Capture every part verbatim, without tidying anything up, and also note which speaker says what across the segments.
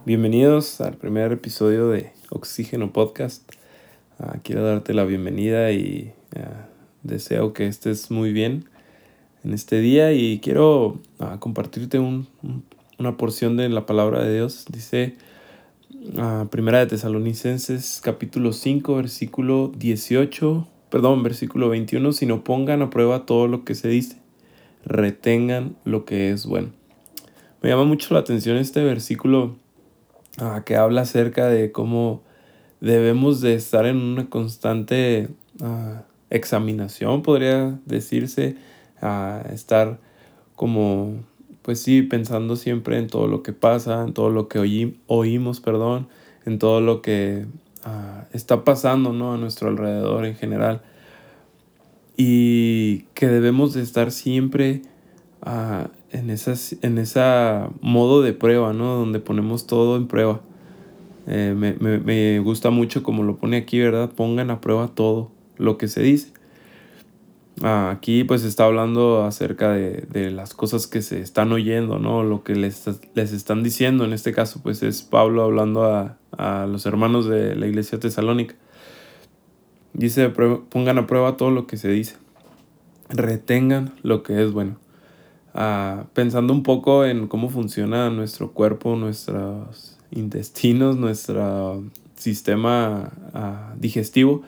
Speaker 1: Bienvenidos al primer episodio de Oxígeno Podcast. Uh, quiero darte la bienvenida y uh, deseo que estés muy bien en este día y quiero uh, compartirte un, un, una porción de la palabra de Dios. Dice uh, Primera de Tesalonicenses capítulo cinco versículo dieciocho, perdón, versículo veintiuno: si no pongan a prueba todo lo que se dice, retengan lo que es bueno. Me llama mucho la atención este versículo uh, que habla acerca de cómo debemos de estar en una constante uh, examinación, podría decirse, uh, estar como, pues sí, pensando siempre en todo lo que pasa, en todo lo que oí, oímos, perdón, en todo lo que uh, está pasando, ¿no?, a nuestro alrededor en general, y que debemos de estar siempre uh, en esas, en esa modo de prueba, ¿no?, donde ponemos todo en prueba. Eh, me, me, me gusta mucho como lo pone aquí, ¿verdad? Pongan a prueba todo lo que se dice. Ah, aquí pues está hablando acerca de, de las cosas que se están oyendo, ¿no? Lo que les, les están diciendo. En este caso pues es Pablo hablando a, a los hermanos de la iglesia tesalónica. Dice, pongan a prueba todo lo que se dice. Retengan lo que es bueno. Ah, pensando un poco en cómo funciona nuestro cuerpo, nuestros intestinos, nuestro sistema uh, digestivo,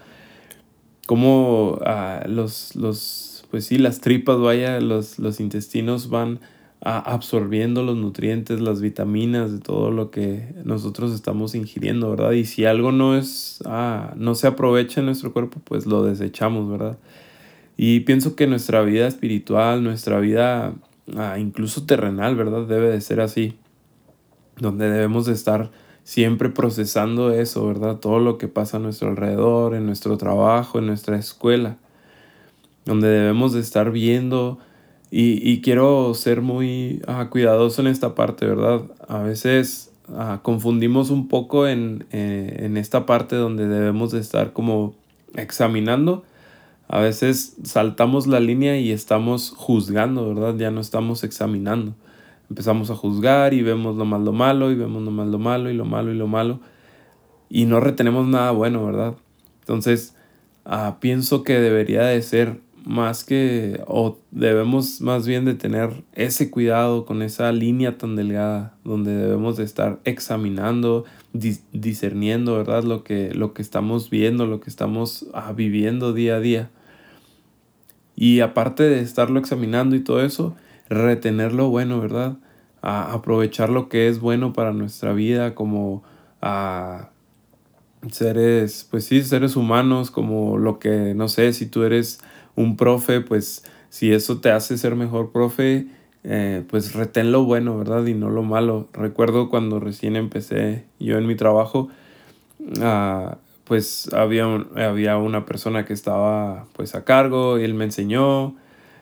Speaker 1: cómo uh, los, los, pues sí, las tripas, vaya, los, los intestinos van uh, absorbiendo los nutrientes, las vitaminas de todo lo que nosotros estamos ingiriendo, ¿verdad? Y si algo no es, uh, no se aprovecha en nuestro cuerpo, pues lo desechamos, ¿verdad? Y pienso que nuestra vida espiritual, nuestra vida uh, incluso terrenal, ¿verdad?, debe de ser así, donde debemos de estar siempre procesando eso, ¿verdad? Todo lo que pasa a nuestro alrededor, en nuestro trabajo, en nuestra escuela, donde debemos de estar viendo, y, y quiero ser muy uh, cuidadoso en esta parte, ¿verdad? A veces uh, confundimos un poco en, eh, en esta parte donde debemos de estar como examinando. A veces saltamos la línea y estamos juzgando, ¿verdad? Ya no estamos examinando. Empezamos a juzgar y vemos lo más lo malo y vemos lo más lo malo y lo malo y lo malo. Y no retenemos nada bueno, ¿verdad? Entonces, uh, pienso que debería de ser más que, o debemos más bien de tener ese cuidado con esa línea tan delgada, donde debemos de estar examinando, dis- discerniendo, ¿verdad? Lo que, lo que estamos viendo, lo que estamos uh, viviendo día a día. Y aparte de estarlo examinando y todo eso, retener lo bueno, ¿verdad? A aprovechar lo que es bueno para nuestra vida, como a seres, pues sí, seres humanos, como lo que, no sé, si tú eres un profe, pues si eso te hace ser mejor profe, eh, pues retén lo bueno, ¿verdad? Y no lo malo. Recuerdo cuando recién empecé yo en mi trabajo, uh, pues había, un, había una persona que estaba pues a cargo, y él me enseñó,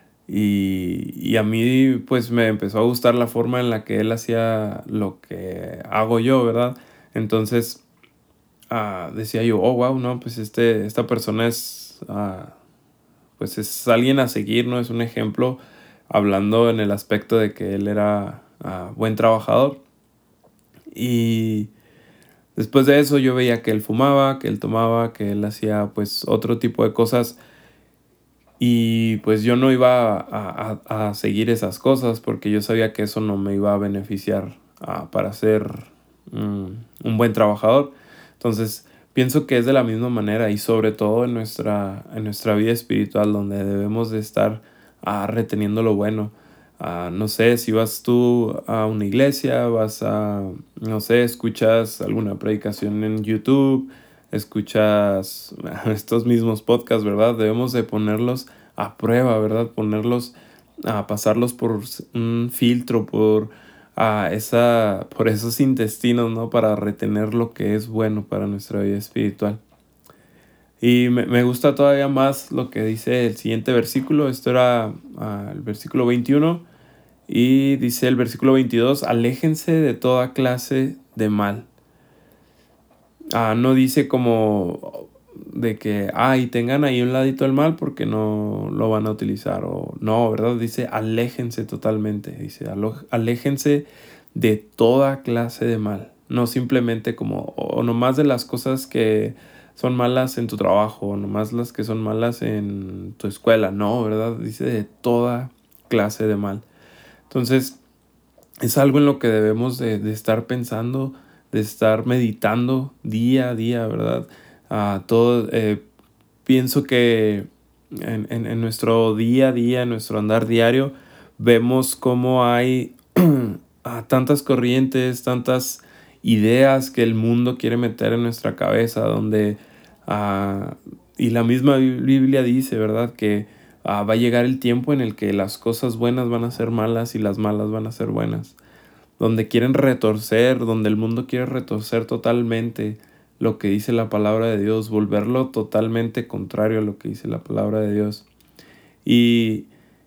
Speaker 1: y, y a mí pues me empezó a gustar la forma en la que él hacía lo que hago yo, ¿verdad? Entonces uh, decía yo, oh wow, no, pues este, esta persona es, uh, pues es alguien a seguir, ¿no? Es un ejemplo, hablando en el aspecto de que él era uh, buen trabajador. Y después de eso yo veía que él fumaba, que él tomaba, que él hacía pues otro tipo de cosas, y pues yo no iba a, a, a seguir esas cosas porque yo sabía que eso no me iba a beneficiar uh, para ser um, un buen trabajador. Entonces pienso que es de la misma manera, y sobre todo en nuestra, en nuestra vida espiritual, donde debemos de estar uh, reteniendo lo bueno. Uh, no sé, si vas tú a una iglesia, vas a, no sé, escuchas alguna predicación en YouTube, escuchas estos mismos podcasts, ¿verdad? Debemos de ponerlos a prueba, ¿verdad? Ponerlos, a pasarlos por un filtro, por, a esa, por esos intestinos, ¿no? Para retener lo que es bueno para nuestra vida espiritual. Y me, me gusta todavía más lo que dice el siguiente versículo. Esto era uh, el versículo veintiuno. Y dice el versículo veintidós: aléjense de toda clase de mal. Ah, no dice como de que, ay, tengan ahí un ladito el mal porque no lo van a utilizar, o no, ¿verdad? Dice, aléjense totalmente, dice, aléjense de toda clase de mal. no simplemente como, o nomás de las cosas que son malas en tu trabajo, o nomás las que son malas en tu escuela, no, ¿verdad? Dice de toda clase de mal. Entonces, es algo en lo que debemos de, de estar pensando, de estar meditando día a día, ¿verdad? Ah, todo, eh, pienso que en, en, en nuestro día a día, en nuestro andar diario, vemos cómo hay ah, tantas corrientes, tantas ideas que el mundo quiere meter en nuestra cabeza, donde, ah, y la misma Biblia dice, ¿verdad? Que ah, va a llegar el tiempo en el que las cosas buenas van a ser malas y las malas van a ser buenas, donde quieren retorcer, donde el mundo quiere retorcer totalmente lo que dice la palabra de Dios, volverlo totalmente contrario a lo que dice la palabra de Dios. Y,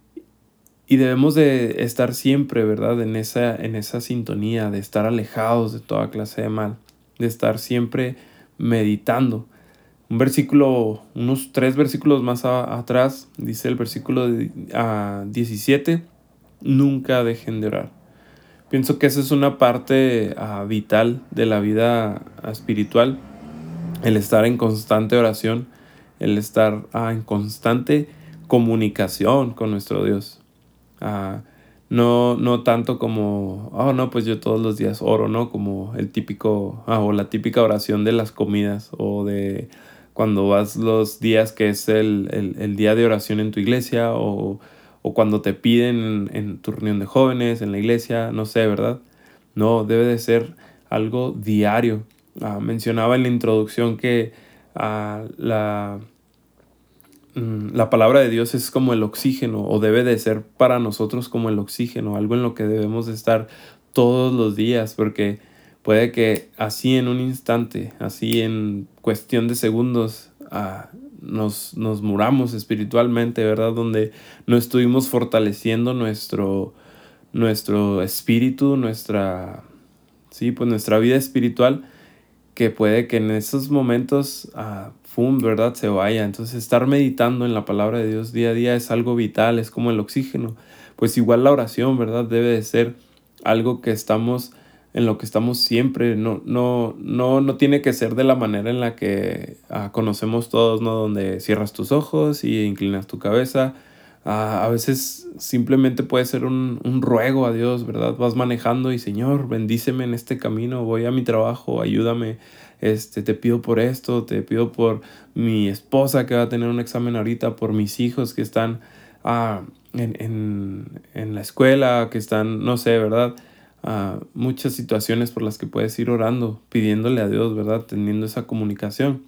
Speaker 1: y debemos de estar siempre, ¿verdad? En esa, en esa sintonía, de estar alejados de toda clase de mal, de estar siempre meditando. Un versículo, unos tres versículos más a, atrás, dice el versículo de, a diecisiete, nunca dejen de orar. Pienso que esa es una parte uh, vital de la vida uh, espiritual, el estar en constante oración, el estar uh, en constante comunicación con nuestro Dios. Uh, no, no tanto como, oh no, pues yo todos los días oro, ¿no? Como el típico, uh, o la típica oración de las comidas, o de cuando vas los días que es el, el, el día de oración en tu iglesia, o o cuando te piden en, en tu reunión de jóvenes, en la iglesia, no sé, ¿verdad? No, debe de ser algo diario. Uh, mencionaba en la introducción que uh, la, mm, la palabra de Dios es como el oxígeno, o debe de ser para nosotros como el oxígeno, algo en lo que debemos de estar todos los días, porque puede que así en un instante, así en cuestión de segundos, uh, nos, nos muramos espiritualmente, ¿verdad? Donde no estuvimos fortaleciendo nuestro, nuestro espíritu, nuestra, sí, pues nuestra vida espiritual, que puede que en esos momentos, uh, ¡fum!, ¿verdad?, se vaya. Entonces, estar meditando en la palabra de Dios día a día es algo vital, es como el oxígeno. Pues igual la oración, ¿verdad?, debe de ser algo que estamos, en lo que estamos siempre. No, no, no, no tiene que ser de la manera en la que uh, conocemos todos, ¿no?, donde cierras tus ojos y inclinas tu cabeza. Uh, a veces simplemente puede ser un, un ruego a Dios, ¿verdad? Vas manejando y Señor, bendíceme en este camino, voy a mi trabajo, ayúdame, este, te pido por esto, te pido por mi esposa que va a tener un examen ahorita, por mis hijos que están uh, en, en, en la escuela, que están, no sé, ¿verdad? Uh, muchas situaciones por las que puedes ir orando, pidiéndole a Dios, ¿verdad? Teniendo esa comunicación.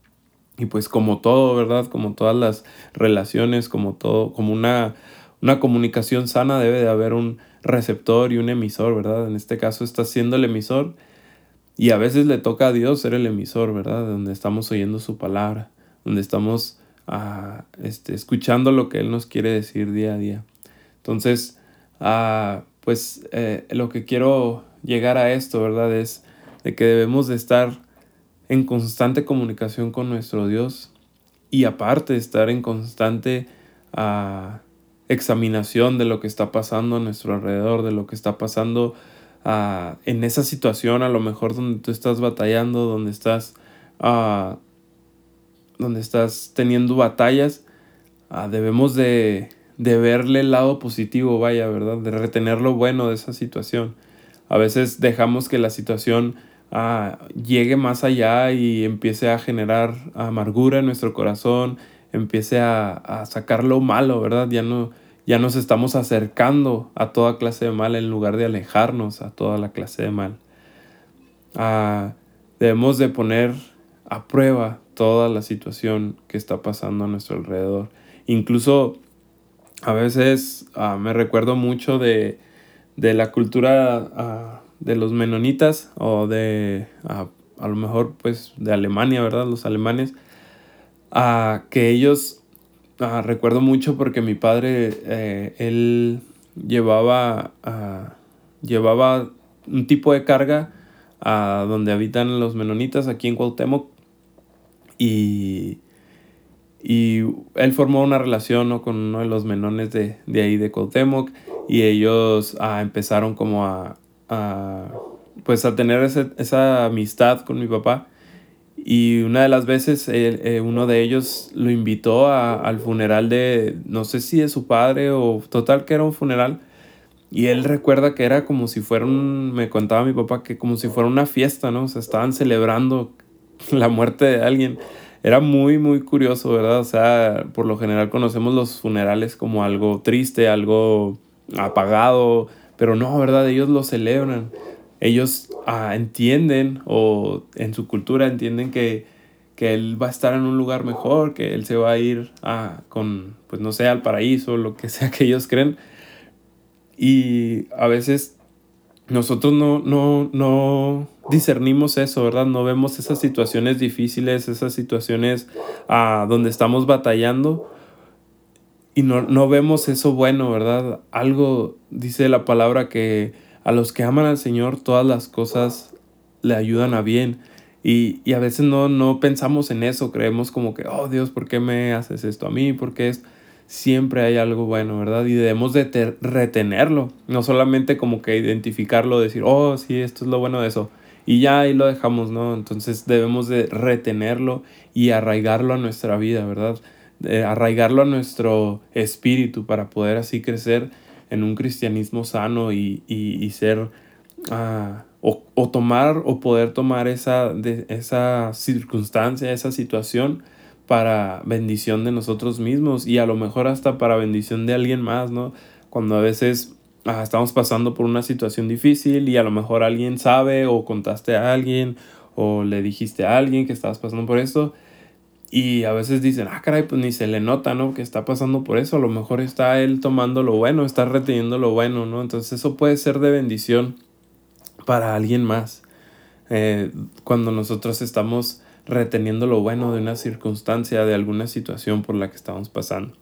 Speaker 1: Y pues como todo, ¿verdad? Como todas las relaciones, como todo, como una, una comunicación sana, debe de haber un receptor y un emisor, ¿verdad? En este caso está siendo el emisor y a veces le toca a Dios ser el emisor, ¿verdad? Donde estamos oyendo su palabra, donde estamos uh, este, escuchando lo que Él nos quiere decir día a día. Entonces, uh, pues eh, lo que quiero llegar a esto, ¿verdad? Es de que debemos de estar en constante comunicación con nuestro Dios y aparte estar en constante uh, examinación de lo que está pasando a nuestro alrededor, de lo que está pasando uh, en esa situación, a lo mejor donde tú estás batallando, donde estás, uh, donde estás teniendo batallas. Uh, debemos de, de verle el lado positivo, vaya, ¿verdad? De retener lo bueno de esa situación. A veces dejamos que la situación Uh, llegue más allá y empiece a generar amargura en nuestro corazón, empiece a, a sacar lo malo, ¿verdad? Ya no, ya nos estamos acercando a toda clase de mal en lugar de alejarnos a toda la clase de mal. Uh, debemos de poner a prueba toda la situación que está pasando a nuestro alrededor. Incluso a veces uh, me recuerdo mucho de, de la cultura Uh, de los menonitas o de a, a lo mejor pues de Alemania, ¿verdad? Los alemanes, a que ellos, a, recuerdo mucho porque mi padre, eh, él llevaba, a, llevaba un tipo de carga a donde habitan los menonitas aquí en Cuauhtémoc y, y él formó una relación, ¿no?, con uno de los menones de, de ahí de Cuauhtémoc y ellos a, empezaron como a, a pues a tener ese, esa amistad con mi papá. Y una de las veces eh, eh, uno de ellos lo invitó a, al funeral de, no sé si de su padre o total que era un funeral. Y él recuerda que era como si fuera un, me contaba mi papá que como si fuera una fiesta, ¿no? O sea, estaban celebrando la muerte de alguien. Era muy, muy curioso, ¿verdad? O sea, por lo general conocemos los funerales como algo triste, algo apagado, pero no, ¿verdad? Ellos lo celebran. Ellos ah, entienden, o en su cultura entienden que, que él va a estar en un lugar mejor, que él se va a ir a, con, pues no sé, al paraíso, lo que sea que ellos creen. Y a veces nosotros no, no, no discernimos eso, ¿verdad? No vemos esas situaciones difíciles, esas situaciones ah, donde estamos batallando y no, no vemos eso bueno, ¿verdad? Algo dice la palabra que a los que aman al Señor todas las cosas le ayudan a bien. Y, y a veces no, no pensamos en eso, creemos como que, oh Dios, ¿por qué me haces esto a mí? ¿Por qué es? Siempre hay algo bueno, ¿verdad? Y debemos de ter- retenerlo, no solamente como que identificarlo, decir, oh sí, esto es lo bueno de eso, y ya ahí lo dejamos, ¿no? Entonces debemos de retenerlo y arraigarlo a nuestra vida, ¿verdad? De arraigarlo a nuestro espíritu para poder así crecer en un cristianismo sano y, y, y ser ah, o, o tomar o poder tomar esa, de, esa circunstancia, esa situación para bendición de nosotros mismos y a lo mejor hasta para bendición de alguien más, ¿no? Cuando a veces ah, estamos pasando por una situación difícil y a lo mejor alguien sabe o contaste a alguien o le dijiste a alguien que estabas pasando por esto y a veces dicen, ah, caray, pues ni se le nota, ¿no? Que está pasando por eso. A lo mejor está él tomando lo bueno, está reteniendo lo bueno, ¿no? Entonces eso puede ser de bendición para alguien más. Eh, cuando nosotros estamos reteniendo lo bueno de una circunstancia, de alguna situación por la que estamos pasando.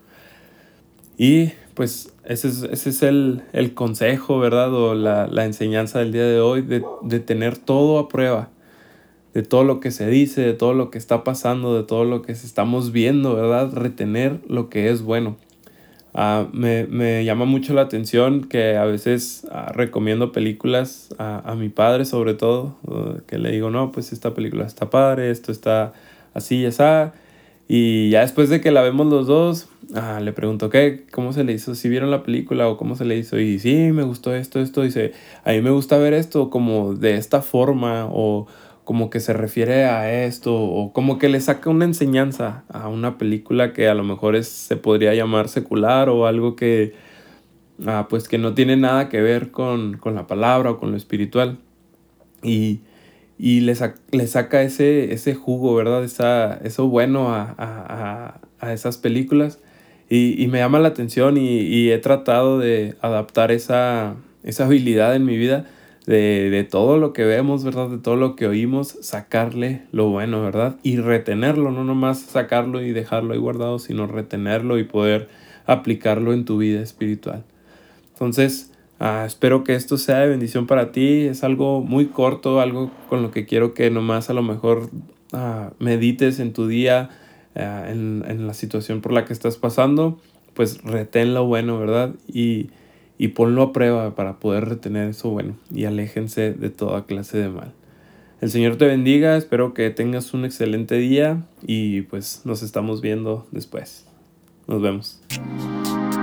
Speaker 1: Y pues ese es, ese es el, el consejo, ¿verdad? O la, la enseñanza del día de hoy, de, de tener todo a prueba, de todo lo que se dice, de todo lo que está pasando, de todo lo que estamos viendo, ¿verdad? Retener lo que es bueno. Uh, me, me llama mucho la atención que a veces uh, recomiendo películas a, a mi padre sobre todo, uh, que le digo, no, pues esta película está padre, esto está así y así. Y ya después de que la vemos los dos, uh, le pregunto, ¿qué? ¿Cómo se le hizo? ¿Si vieron la película o cómo se le hizo? Y sí, me gustó esto, esto. Dice, a mí me gusta ver esto como de esta forma o como que se refiere a esto o como que le saca una enseñanza a una película que a lo mejor es, se podría llamar secular o algo que, ah, pues que no tiene nada que ver con, con la palabra o con lo espiritual. Y, y le, sac, le saca ese, ese jugo, ¿verdad? Esa, eso bueno a, a, a esas películas. Y, y me llama la atención y, y he tratado de adaptar esa, esa habilidad en mi vida de, de todo lo que vemos, ¿verdad? De todo lo que oímos, sacarle lo bueno, ¿verdad? Y retenerlo, no nomás sacarlo y dejarlo ahí guardado, sino retenerlo y poder aplicarlo en tu vida espiritual. Entonces, uh, espero que esto sea de bendición para ti. Es algo muy corto, algo con lo que quiero que nomás a lo mejor uh, medites en tu día, uh, en, en la situación por la que estás pasando. Pues retén lo bueno, ¿verdad? Y, y ponlo a prueba para poder retener eso bueno. Y aléjense de toda clase de mal. El Señor te bendiga, espero que tengas un excelente día y pues nos estamos viendo después. Nos vemos.